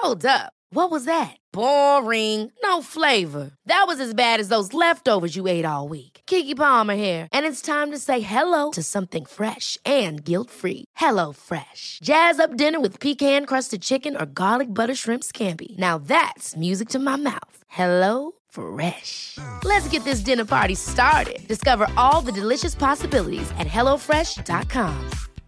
Hold up. What was that? Boring. No flavor. That was as bad as those leftovers you ate all week. Keke Palmer here, and it's time to say hello to something fresh and guilt-free. Hello Fresh. Jazz up dinner with pecan-crusted chicken or garlic butter shrimp scampi. Now that's music to my mouth. Hello Fresh. Let's get this dinner party started. Discover all the delicious possibilities at hellofresh.com.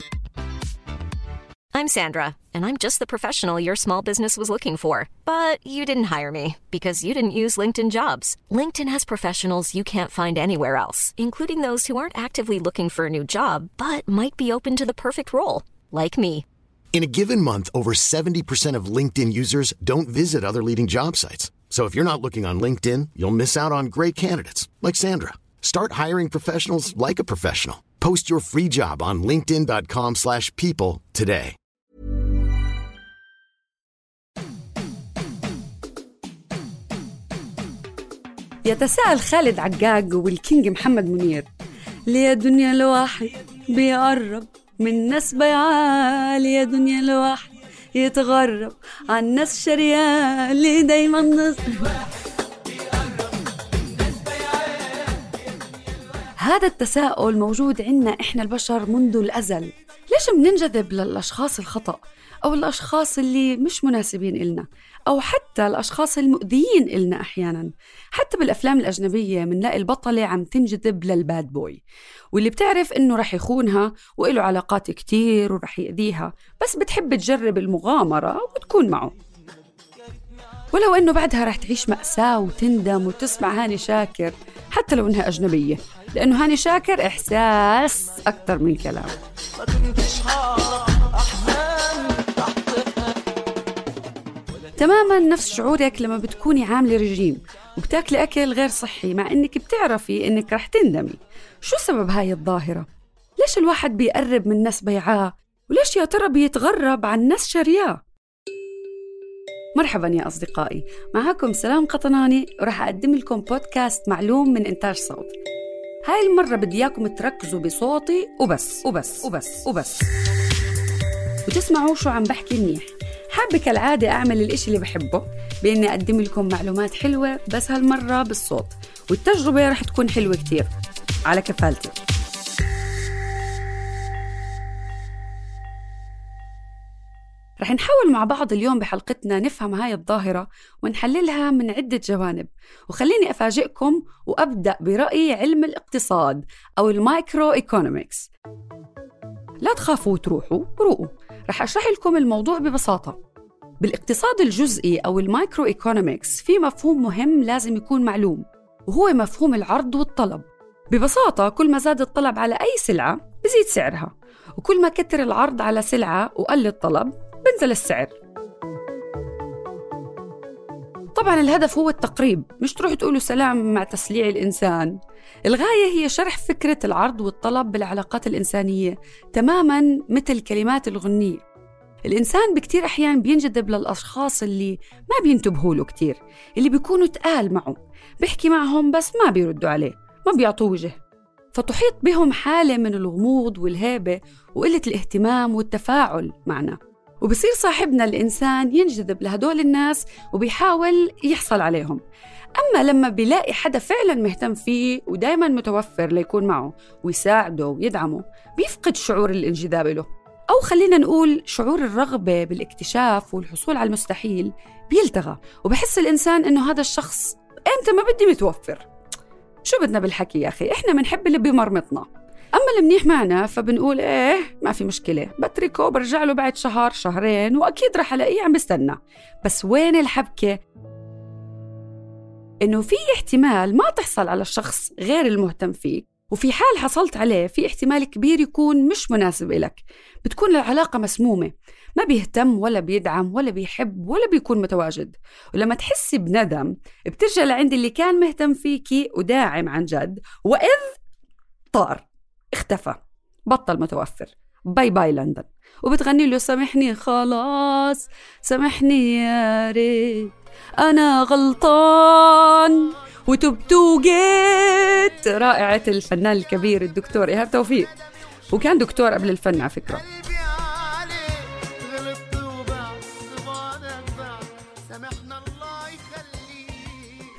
I'm Sandra, and I'm just the professional your small business was looking for. But you didn't hire me because you didn't use LinkedIn Jobs. LinkedIn has professionals you can't find anywhere else, including those who aren't actively looking for a new job, but might be open to the perfect role, like me. In a given month, over 70% of LinkedIn users don't visit other leading job sites. So if you're not looking on LinkedIn, you'll miss out on great candidates like Sandra. Start hiring professionals like a professional. Post your free job on linkedin.com/people today. يتساءل خالد عقاق والكينج محمد منير: ليه دنيا الواحد بيقرب من ناس بيعال، يا دنيا الواحد يتغرب عن ناس شريان، ليه دايما هذا التساؤل موجود عنا إحنا البشر منذ الأزل. ليش مننجذب للأشخاص الخطأ أو الأشخاص اللي مش مناسبين إلنا، أو حتى الأشخاص المؤذيين إلنا؟ أحياناً حتى بالأفلام الأجنبية منلاقي البطلة عم تنجذب للباد بوي، واللي بتعرف إنه رح يخونها وإله علاقات كتير ورح يأذيها، بس بتحب تجرب المغامرة وتكون معه، ولو إنه بعدها رح تعيش مأساة وتندم وتسمع هاني شاكر حتى لو إنها أجنبية، لأنه هاني شاكر إحساس أكتر من كلام. تماماً نفس شعورك لما بتكوني عاملة رجيم وبتاكلي أكل غير صحي مع إنك بتعرفي إنك رح تندمي. شو سبب هاي الظاهرة؟ ليش الواحد بيقرب من ناس بيعاه؟ وليش يا ترى بيتغرب عن ناس شرياه؟ مرحباً يا أصدقائي، معاكم سلام قطناني، ورح أقدم لكم بودكاست معلوم من إنتاج صوت. هاي المرة بدي إياكم تركزوا بصوتي وبس وبس وبس وبس وتسمعوا شو عم بحكي منيح. حابة كالعادة أعمل الإشي اللي بحبه بإني أقدم لكم معلومات حلوة، بس هالمرة بالصوت، والتجربة رح تكون حلوة كتير على كفالتي. رح نحاول مع بعض اليوم بحلقتنا نفهم هاي الظاهرة ونحللها من عدة جوانب، وخليني أفاجئكم وأبدأ برأي علم الاقتصاد أو المايكرو إيكونوميكس. لا تخافوا وتروحوا روقوا، رح أشرح لكم الموضوع ببساطة. بالاقتصاد الجزئي أو المايكرو إيكونوميكس في مفهوم مهم لازم يكون معلوم، وهو مفهوم العرض والطلب. ببساطة كل ما زاد الطلب على أي سلعة بزيد سعرها، وكل ما كتر العرض على سلعة وقل الطلب بنزل السعر. طبعاً الهدف هو التقريب، مش تروح تقولوا سلام مع تسليع الإنسان. الغاية هي شرح فكرة العرض والطلب بالعلاقات الإنسانية، تماماً مثل كلمات الغنية. الإنسان بكتير أحيان بينجذب للأشخاص اللي ما بينتبهوا له كتير، اللي بيكونوا تقال معه، بيحكي معهم بس ما بيردوا عليه، ما بيعطوا وجه، فتحيط بهم حالة من الغموض والهيبة وقلة الاهتمام والتفاعل معنا. وبصير صاحبنا الإنسان ينجذب لهدول الناس وبيحاول يحصل عليهم. أما لما بيلاقي حدا فعلا مهتم فيه ودايما متوفر ليكون معه ويساعده ويدعمه، بيفقد شعور الانجذاب له، أو خلينا نقول شعور الرغبة بالاكتشاف والحصول على المستحيل بيلتغى، وبحس الإنسان إنه هذا الشخص إمتى ما بدي متوفر. شو بدنا بالحكي يا أخي، إحنا منحب اللي بمرمطنا. أما المنيح معنا فبنقول إيه ما في مشكلة، بتركه وبرجع له بعد شهر شهرين وأكيد رح ألاقيه عم بستنى. بس وين الحبكة؟ إنه في احتمال ما تحصل على الشخص غير المهتم فيك، وفي حال حصلت عليه في احتمال كبير يكون مش مناسب إلك. بتكون العلاقة مسمومة، ما بيهتم ولا بيدعم ولا بيحب ولا بيكون متواجد. ولما تحسي بندم بترجع لعند اللي كان مهتم فيكي وداعم عن جد، وإذ طار اختفى، بطل متوفر، باي باي لندن، وبتغني له سامحني خلاص سامحني يا ريت أنا غلطان وتبت وجيت. رائعة الفنان الكبير الدكتور إيهاب توفيق، وكان دكتور قبل الفن على فكرة.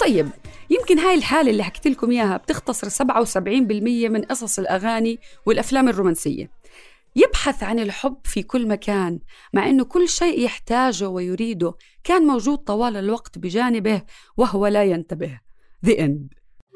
طيب يمكن هاي الحالة اللي حكيت لكم إياها بتختصر 77% من قصص الأغاني والأفلام الرومانسية. يبحث عن الحب في كل مكان، مع أنه كل شيء يحتاجه ويريده كان موجود طوال الوقت بجانبه وهو لا ينتبه. The end.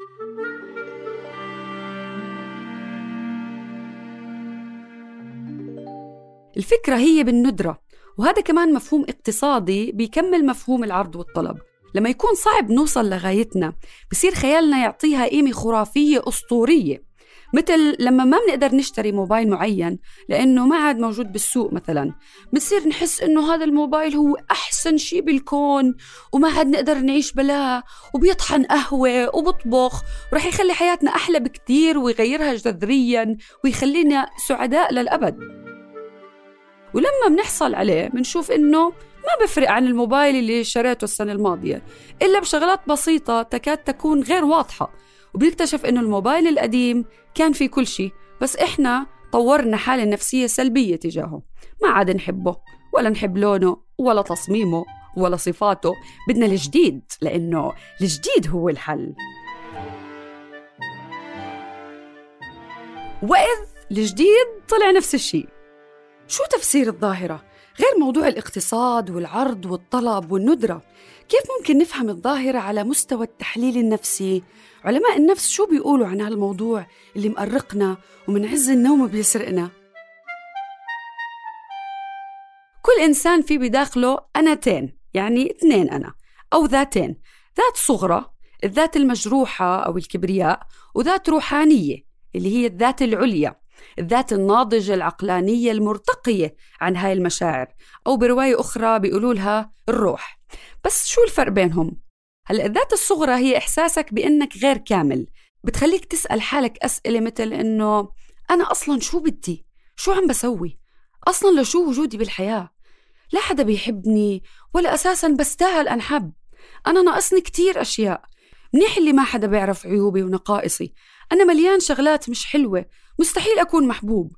الفكرة هي بالندرة، وهذا كمان مفهوم اقتصادي بيكمل مفهوم العرض والطلب. لما يكون صعب نوصل لغايتنا بصير خيالنا يعطيها قيمة خرافية أسطورية، مثل لما ما بنقدر نشتري موبايل معين لأنه ما عاد موجود بالسوق مثلا، بنصير نحس إنه هذا الموبايل هو أحسن شيء بالكون وما عاد نقدر نعيش بلاه، وبيطحن قهوة وبطبخ ورح يخلي حياتنا أحلى بكتير ويغيرها جذريا ويخلينا سعداء للأبد. ولما بنحصل عليه بنشوف إنه ما بفرق عن الموبايل اللي شريته السنة الماضية إلا بشغلات بسيطة تكاد تكون غير واضحة، وبنكتشف إنه الموبايل القديم كان فيه كل شيء، بس إحنا طورنا حالة نفسية سلبية تجاهه، ما عاد نحبه ولا نحب لونه ولا تصميمه ولا صفاته. بدنا الجديد لأنه الجديد هو الحل. وإذ الجديد طلع نفس الشيء. شو تفسير الظاهرة؟ غير موضوع الاقتصاد والعرض والطلب والندرة، كيف ممكن نفهم الظاهرة على مستوى التحليل النفسي؟ علماء النفس شو بيقولوا عن هالموضوع اللي مقرقنا ومن عز النوم بيسرقنا؟ كل إنسان في بداخله أنتين، يعني 2 أنا أو ذاتين، ذات صغرى الذات المجروحة أو الكبرياء، وذات روحانية اللي هي الذات العليا، الذات الناضجة العقلانية المرتقية عن هاي المشاعر، أو برواية أخرى بيقولوا لها الروح. بس شو الفرق بينهم؟ هلأ الذات الصغرى هي إحساسك بأنك غير كامل، بتخليك تسأل حالك أسئلة مثل إنه أنا أصلاً شو بدي؟ شو عم بسوي؟ أصلاً لشو وجودي بالحياة؟ لا حدا بيحبني ولا أساساً بستاهل أنحب، أنا ناقصني كتير أشياء، منيح اللي ما حدا بيعرف عيوبي ونقائصي، أنا مليان شغلات مش حلوة، مستحيل أكون محبوب.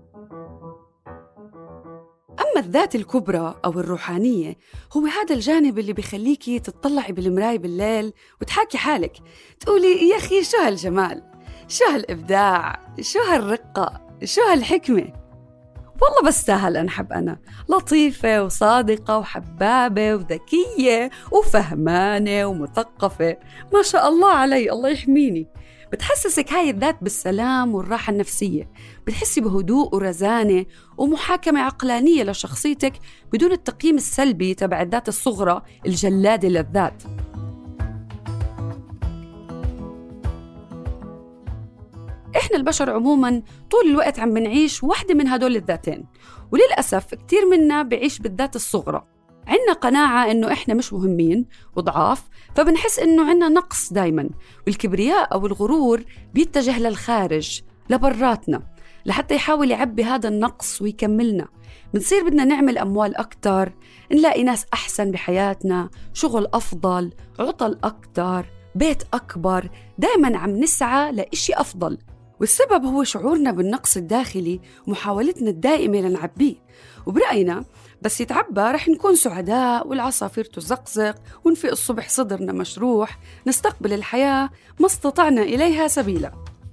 أما الذات الكبرى أو الروحانية هو هذا الجانب اللي بيخليكي تطلعي بالمراية بالليل وتحاكي حالك، تقولي يا أخي شو هالجمال، شو هالإبداع، شو هالرقة، شو هالحكمة، والله بستاهل أنحب، أنا لطيفة وصادقة وحبابة وذكية وفهمانة ومثقفة، ما شاء الله علي، الله يحميني. بتحسسك هاي الذات بالسلام والراحة النفسية، بتحسي بهدوء ورزانة ومحاكمة عقلانية لشخصيتك بدون التقييم السلبي تبع الذات الصغرى الجلادة للذات. إحنا البشر عموماً طول الوقت عم بنعيش واحدة من هدول الذاتين، وللأسف كتير منا بعيش بالذات الصغرى. عنا قناعة إنه إحنا مش مهمين وضعاف، فبنحس إنه عنا نقص دايماً، والكبرياء أو الغرور بيتجه للخارج لبراتنا لحتى يحاول يعبي هذا النقص ويكملنا. بنصير بدنا نعمل أموال أكتر، نلاقي ناس أحسن بحياتنا، شغل أفضل، عطل أكتر، بيت أكبر، دايماً عم نسعى لإشي أفضل، والسبب هو شعورنا بالنقص الداخلي ومحاولتنا الدائمة لنعبيه. وبرأينا بس يتعبى رح نكون سعداء والعصافير تزقزق ونفيق الصبح صدرنا مشروح، نستقبل الحياة ما استطعنا إليها سبيلا.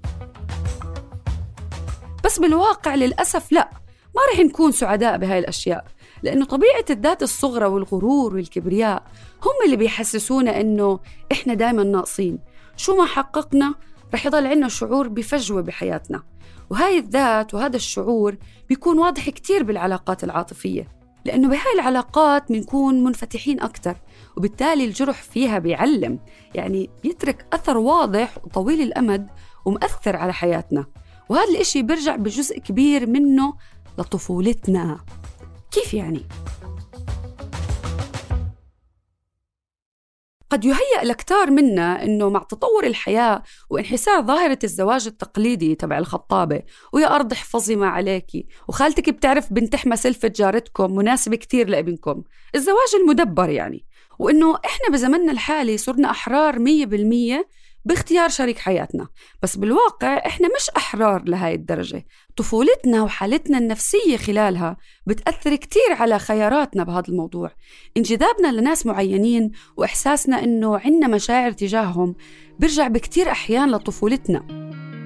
بس بالواقع للأسف لا، ما رح نكون سعداء بهاي الأشياء، لأنه طبيعة الذات الصغرى والغرور والكبرياء هم اللي بيحسسونا إنه إحنا دايما ناقصين، شو ما حققنا رح يضل عنا شعور بفجوة بحياتنا. وهاي الذات وهذا الشعور بيكون واضح كتير بالعلاقات العاطفية، لأنه بهاي العلاقات بنكون منفتحين أكتر، وبالتالي الجرح فيها بيعلم، يعني بيترك أثر واضح وطويل الأمد ومؤثر على حياتنا. وهذا الإشي بيرجع بجزء كبير منه لطفولتنا. كيف يعني؟ قد يهيأ لكتار منا إنه مع تطور الحياة وانحسار ظاهرة الزواج التقليدي تبع الخطابة، ويا أرض احفظي ما عليكي، وخالتك بتعرف بنتحمى سلفة جارتكم مناسبة كتير لابنكم، الزواج المدبر يعني، وإنه إحنا بزمننا الحالي صرنا أحرار 100% باختيار شريك حياتنا. بس بالواقع إحنا مش أحرار لهاي الدرجة. طفولتنا وحالتنا النفسية خلالها بتأثر كتير على خياراتنا بهذا الموضوع. انجذابنا لناس معينين وإحساسنا إنه عنا مشاعر تجاههم برجع بكتير أحيان لطفولتنا.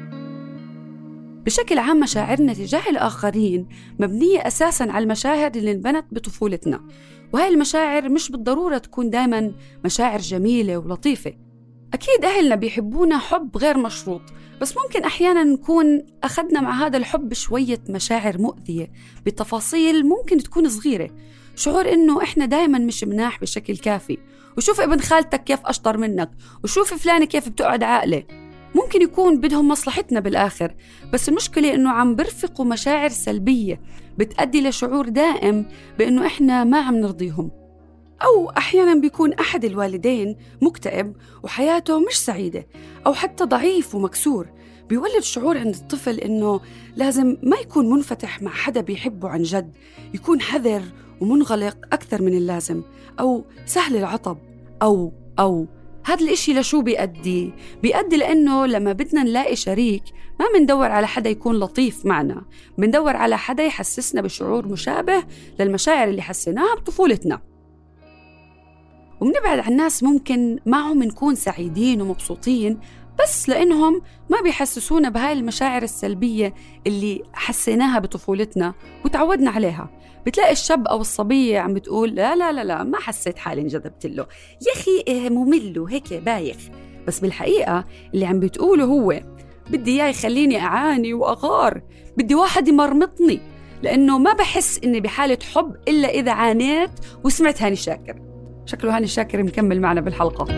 بشكل عام مشاعرنا تجاه الآخرين مبنية أساساً على المشاعر اللي انبنت بطفولتنا، وهي المشاعر مش بالضرورة تكون دايماً مشاعر جميلة ولطيفة. أكيد أهلنا بيحبونا حب غير مشروط، بس ممكن أحياناً نكون أخذنا مع هذا الحب شوية مشاعر مؤذية بتفاصيل ممكن تكون صغيرة، شعور إنه إحنا دايماً مش مناح بشكل كافي، وشوف ابن خالتك كيف أشطر منك، وشوف فلان كيف بتقعد عاقلة. ممكن يكون بدهم مصلحتنا بالآخر، بس المشكلة إنه عم برفقوا مشاعر سلبية بتأدي لشعور دائم بإنه إحنا ما عم نرضيهم. أو أحياناً بيكون أحد الوالدين مكتئب وحياته مش سعيدة، أو حتى ضعيف ومكسور، بيولد شعور عند الطفل إنه لازم ما يكون منفتح مع حدا بيحبه عن جد، يكون حذر ومنغلق أكثر من اللازم، أو سهل العطب. أو هذا الاشي لشو بيؤدي لأنه لما بدنا نلاقي شريك ما مندور على حدا يكون لطيف معنا، مندور على حدا يحسسنا بشعور مشابه للمشاعر اللي حسيناها بطفولتنا. وبنبعد عن ناس ممكن معهم نكون سعيدين ومبسوطين بس لأنهم ما بيحسسونا بهاي المشاعر السلبية اللي حسيناها بطفولتنا وتعودنا عليها. بتلاقي الشاب أو الصبية عم بتقول لا لا لا لا ما حسيت حالي انجذبت له، يا أخي ممل وهيك بايخ. بس بالحقيقة اللي عم بتقوله هو بدي إياه يخليني أعاني وأغار، بدي واحد يمرمطني، لأنه ما بحس إني بحالة حب إلا إذا عانيت وسمعت هاني شاكر. شكله هاني شاكر مكمل معنا بالحلقة.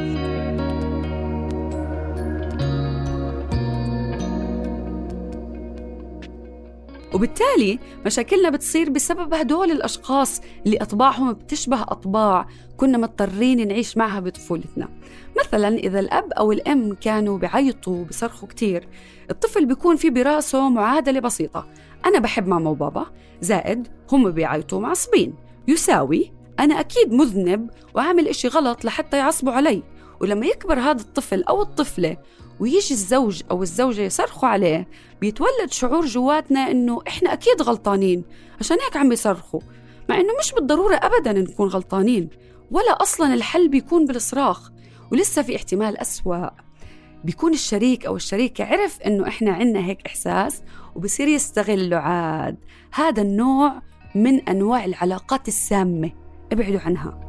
وبالتالي مشاكلنا بتصير بسبب هدول الأشخاص اللي أطباعهم بتشبه أطباع كنا مضطرين نعيش معها بطفولتنا. مثلا إذا الأب أو الأم كانوا بيعيطوا وبيصرخوا كتير، الطفل بيكون في براسه معادلة بسيطة: أنا بحب ماما وبابا زائد هم بيعيطوا معصبين يساوي أنا أكيد مذنب وعامل إشي غلط لحتى يعصبوا علي. ولما يكبر هذا الطفل أو الطفلة ويجي الزوج أو الزوجة يصرخوا عليه، بيتولد شعور جواتنا إنه إحنا أكيد غلطانين عشان هيك عم بيصرخوا، مع إنه مش بالضرورة أبداً نكون غلطانين، ولا أصلاً الحل بيكون بالصراخ. ولسه في احتمال أسوأ، بيكون الشريك أو الشريكة عرف إنه إحنا عنا هيك إحساس وبصير يستغله عاد. هذا النوع من أنواع العلاقات السامة، ابعدوا عنها.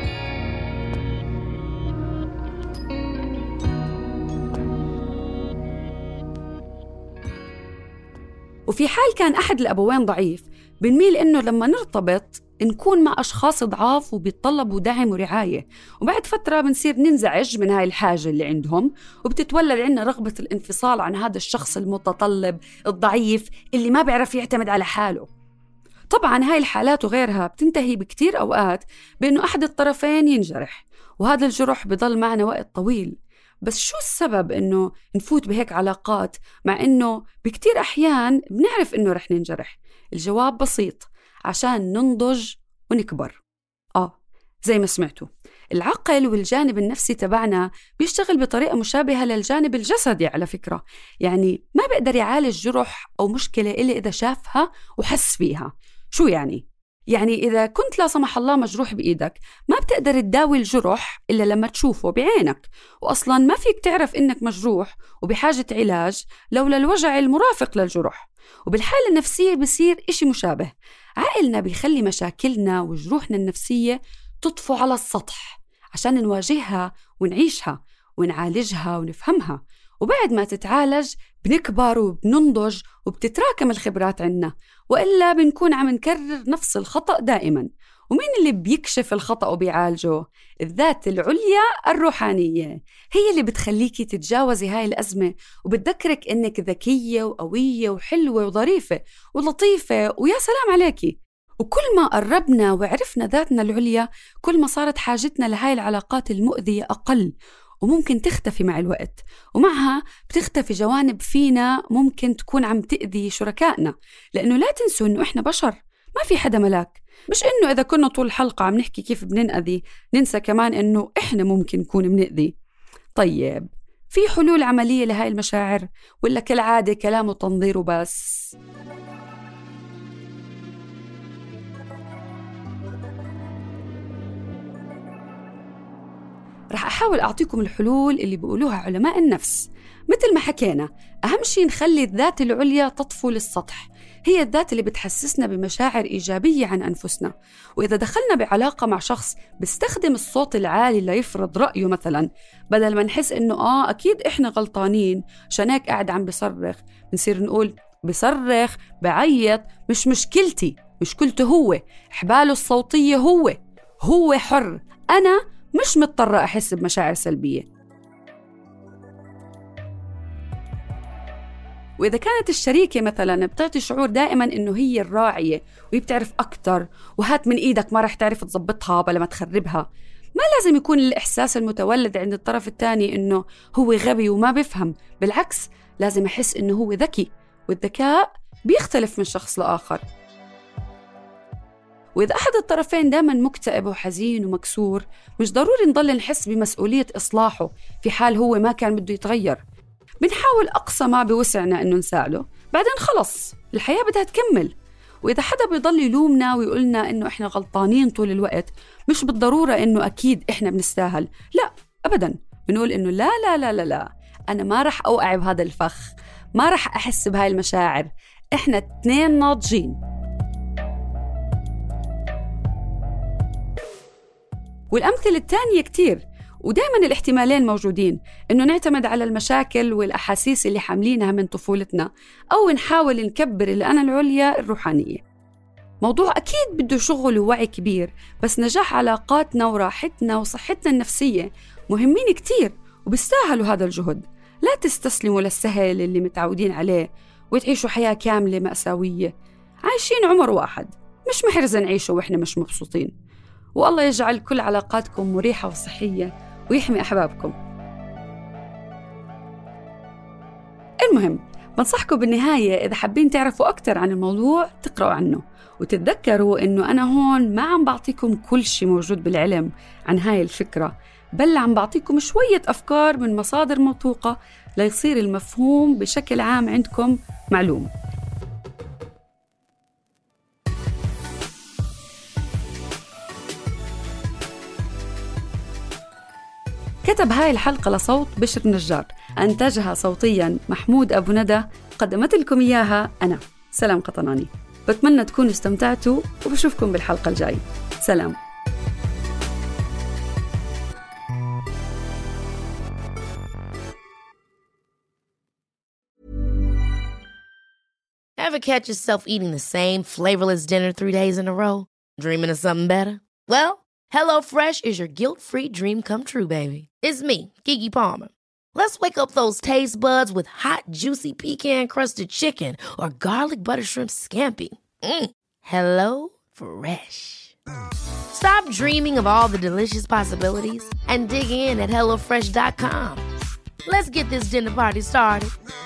وفي حال كان أحد الأبوين ضعيف، بنميل إنه لما نرتبط نكون مع أشخاص ضعاف وبيتطلبوا دعم ورعاية، وبعد فترة بنصير ننزعج من هاي الحاجة اللي عندهم، وبتتولد عنا رغبة الانفصال عن هذا الشخص المتطلب الضعيف اللي ما بيعرف يعتمد على حاله. طبعاً هاي الحالات وغيرها بتنتهي بكتير أوقات بأنه أحد الطرفين ينجرح، وهذا الجرح بضل معنا وقت طويل. بس شو السبب إنه نفوت بهيك علاقات مع إنه بكتير أحيان بنعرف إنه رح ننجرح؟ الجواب بسيط: عشان ننضج ونكبر. زي ما سمعتوا، العقل والجانب النفسي تبعنا بيشتغل بطريقة مشابهة للجانب الجسدي على فكرة. يعني ما بيقدر يعالج جرح أو مشكلة إلا إذا شافها وحس فيها. شو يعني؟ يعني إذا كنت لا سمح الله مجروح بإيدك، ما بتقدر تداوي الجرح إلا لما تشوفه بعينك، وأصلاً ما فيك تعرف إنك مجروح وبحاجة علاج لولا الوجع المرافق للجرح. وبالحالة النفسية بيصير إشي مشابه. عقلنا بيخلي مشاكلنا وجروحنا النفسية تطفو على السطح عشان نواجهها ونعيشها ونعالجها ونفهمها. وبعد ما تتعالج بنكبر وبننضج وبتتراكم الخبرات عنا، وإلا بنكون عم نكرر نفس الخطأ دائما. ومين اللي بيكشف الخطأ وبيعالجه؟ الذات العليا الروحانية، هي اللي بتخليكي تتجاوزي هاي الأزمة وبتذكرك إنك ذكية وقوية وحلوة وظريفة ولطيفة ويا سلام عليكي. وكل ما قربنا وعرفنا ذاتنا العليا، كل ما صارت حاجتنا لهاي العلاقات المؤذية أقل وممكن تختفي مع الوقت، ومعها بتختفي جوانب فينا ممكن تكون عم تأذي شركائنا. لأنه لا تنسوا إنه إحنا بشر، ما في حدا ملاك. مش إنه إذا كنا طول الحلقة عم نحكي كيف بننأذي ننسى كمان إنه إحنا ممكن نكون بنأذي. طيب في حلول عملية لهاي المشاعر ولا كالعادة كلام وتنظير وبس؟ رح أحاول أعطيكم الحلول اللي بيقولوها علماء النفس. مثل ما حكينا، أهم شيء نخلي الذات العليا تطفو للسطح، هي الذات اللي بتحسسنا بمشاعر إيجابية عن أنفسنا. وإذا دخلنا بعلاقة مع شخص بيستخدم الصوت العالي ليفرض رأيه مثلا، بدل ما نحس إنه أكيد إحنا غلطانين عشان هيك قاعد عم بصرخ، بنصير نقول بصرخ بعيط مش مشكلتي، مشكلته هو، حباله الصوتية هو حر، أنا مش مضطرة أحس بمشاعر سلبية. وإذا كانت الشريكة مثلاً بتعطي شعور دائماً إنه هي الراعية وهي بتعرف أكتر وهات من إيدك ما رح تعرف تضبطها بلا ما تخربها، ما لازم يكون الإحساس المتولد عند الطرف الثاني إنه هو غبي وما بفهم. بالعكس، لازم أحس إنه هو ذكي، والذكاء بيختلف من شخص لآخر. وإذا أحد الطرفين دائما مكتئب وحزين ومكسور، مش ضروري نضل نحس بمسؤولية إصلاحه في حال هو ما كان بده يتغير. بنحاول أقصى ما بوسعنا إنه نساعده، بعدين خلص الحياة بدها تكمل. وإذا حدا بيضل يلومنا ويقولنا إنه إحنا غلطانين طول الوقت، مش بالضرورة إنه أكيد إحنا بنستاهل، لا أبدا. بنقول إنه لا لا لا لا لا، أنا ما رح أوقع بهذا الفخ، ما رح أحس بهاي المشاعر، إحنا 2 ناضجين. والأمثلة الثانية كتير، ودائما الاحتمالين موجودين، إنه نعتمد على المشاكل والأحاسيس اللي حاملينها من طفولتنا، أو نحاول نكبر الأنا العليا الروحانية. موضوع أكيد بده شغل ووعي كبير، بس نجاح علاقاتنا وراحتنا وصحتنا النفسية مهمين كتير وبيستاهلوا هذا الجهد. لا تستسلموا للسهل اللي متعودين عليه وتعيشوا حياة كاملة مأساوية. عايشين عمر واحد، مش محرز نعيشه وإحنا مش مبسوطين. والله يجعل كل علاقاتكم مريحة وصحية ويحمي أحبابكم. المهم، بنصحكم بالنهاية إذا حابين تعرفوا أكتر عن الموضوع تقرأوا عنه، وتتذكروا إنه أنا هون ما عم بعطيكم كل شيء موجود بالعلم عن هاي الفكرة، بل عم بعطيكم شوية أفكار من مصادر موثوقة ليصير المفهوم بشكل عام عندكم معلوم. كتب هاي الحلقة لصوت بشر نجار، أنتجها صوتياً محمود أبو ندى، قدمت لكم إياها أنا سلام قطناني. بتمنى تكونوا استمتعتوا، وبشوفكم بالحلقة الجاي. سلام. Ever catch yourself eating the same flavorless dinner 3 days in a row? Dreaming of something better? Well, HelloFresh is your guilt-free dream come true, baby. It's me, Keke Palmer. Let's wake up those taste buds with hot, juicy pecan-crusted chicken or garlic butter shrimp scampi. HelloFresh. Stop dreaming of all the delicious possibilities and dig in at HelloFresh.com. Let's get this dinner party started.